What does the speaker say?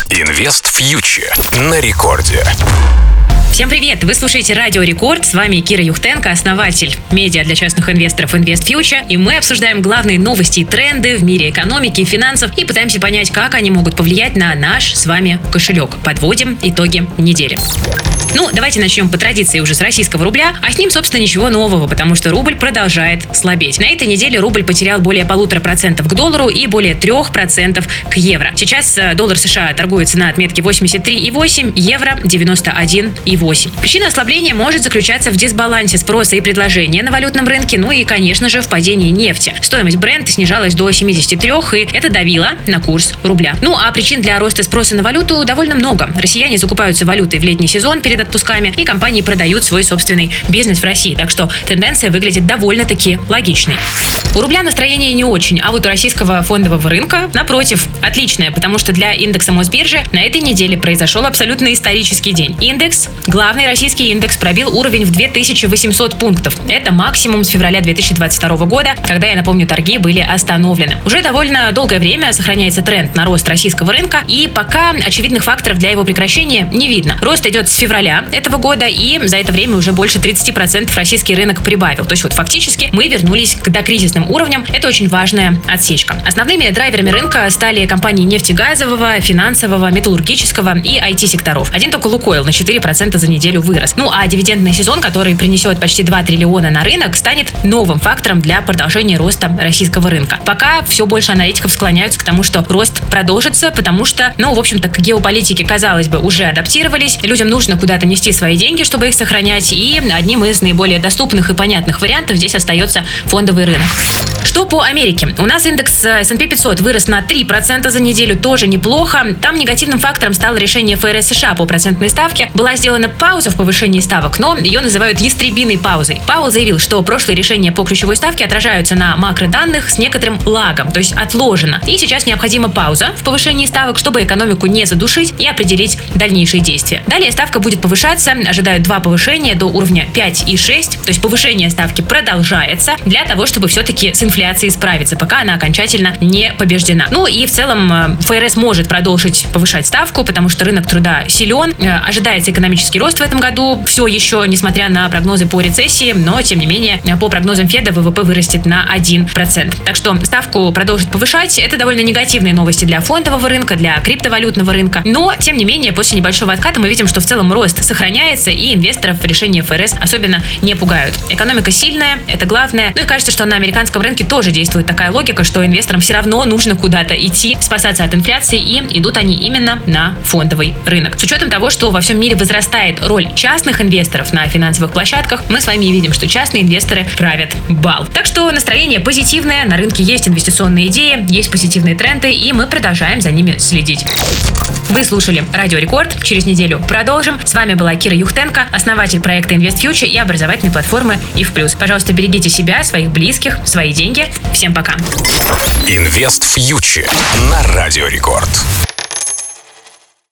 Инвест Фьючер на рекорде. Всем привет! Вы слушаете Радио Рекорд. С вами Кира Юхтенко, основатель медиа для частных инвесторов Инвест Фьючер. И мы обсуждаем главные новости и тренды в мире экономики и финансов и пытаемся понять, как они могут повлиять на наш с вами кошелек. Подводим итоги недели. Давайте начнем по традиции уже с российского рубля, а с ним, собственно, ничего нового, потому что рубль продолжает слабеть. На этой неделе рубль потерял более 1,5% к доллару и более 3% к евро. Сейчас доллар США торгуется на отметке 83,8, евро 91,8. Причина ослабления может заключаться в дисбалансе спроса и предложения на валютном рынке, и, конечно же, в падении нефти. Стоимость Brent снижалась до 73, и это давило на курс рубля. А причин для роста спроса на валюту довольно много. Россияне закупаются валютой в летний сезон перед отпусками, и компании продают свой собственный бизнес в России. Так что тенденция выглядит довольно-таки логичной. У рубля настроение не очень, а вот у российского фондового рынка, напротив, отличное, потому что для индекса Мосбиржи на этой неделе произошел абсолютно исторический день. Индекс, главный российский индекс, пробил уровень в 2800 пунктов. Это максимум с февраля 2022 года, когда, я напомню, торги были остановлены. Уже довольно долгое время сохраняется тренд на рост российского рынка, и пока очевидных факторов для его прекращения не видно. Рост идет с февраля этого года, и за это время уже больше 30% российский рынок прибавил. То есть фактически мы вернулись к докризисным уровням. Это очень важная отсечка. Основными драйверами рынка стали компании нефтегазового, финансового, металлургического и IT-секторов. Один только Лукойл на 4% за неделю вырос. А дивидендный сезон, который принесет почти 2 триллиона на рынок, станет новым фактором для продолжения роста российского рынка. Пока все больше аналитиков склоняются к тому, что рост продолжится, потому что, в общем-то, к геополитике, казалось бы, уже адаптировались. Людям нужно куда-то нести свои деньги, чтобы их сохранять, и одним из наиболее доступных и понятных вариантов здесь остается фондовый рынок. Что по Америке? У нас индекс S&P 500 вырос на 3% за неделю, тоже неплохо. Там негативным фактором стало решение ФРС США по процентной ставке. Была сделана пауза в повышении ставок, но ее называют ястребиной паузой. Пауэлл заявил, что прошлые решения по ключевой ставке отражаются на макроданных с некоторым лагом, то есть отложено. И сейчас необходима пауза в повышении ставок, чтобы экономику не задушить и определить дальнейшие действия. Далее ставка будет повышаться, ожидают 2 повышения до уровня 5 и 6, то есть повышение ставки продолжается для того, чтобы все-таки с инфляцией справиться, пока она окончательно не побеждена. И в целом ФРС может продолжить повышать ставку, потому что рынок труда силен, ожидается экономический рост в этом году, все еще, несмотря на прогнозы по рецессии, но, тем не менее, по прогнозам Феда ВВП вырастет на 1%. Так что ставку продолжит повышать. Это довольно негативные новости для фондового рынка, для криптовалютного рынка, но, тем не менее, после небольшого отката мы видим, что в целом рост сохраняется, и инвесторов решения ФРС особенно не пугают. Экономика сильная, это главное. И кажется, что на американском рынке тоже действует такая логика, что инвесторам все равно нужно куда-то идти, спасаться от инфляции, и идут они именно на фондовый рынок. С учетом того, что во всем мире возрастает роль частных инвесторов на финансовых площадках, мы с вами видим, что частные инвесторы правят бал. Так что настроение позитивное, на рынке есть инвестиционные идеи, есть позитивные тренды, и мы продолжаем за ними следить. Вы слушали Радио Рекорд. Через неделю продолжим. С вами была Кира Юхтенко, основатель проекта Инвест Фьючер и образовательной платформы ИФ+. Пожалуйста, берегите себя, своих близких, свои деньги. Всем пока. Инвест Фьючер на Радио Рекорд.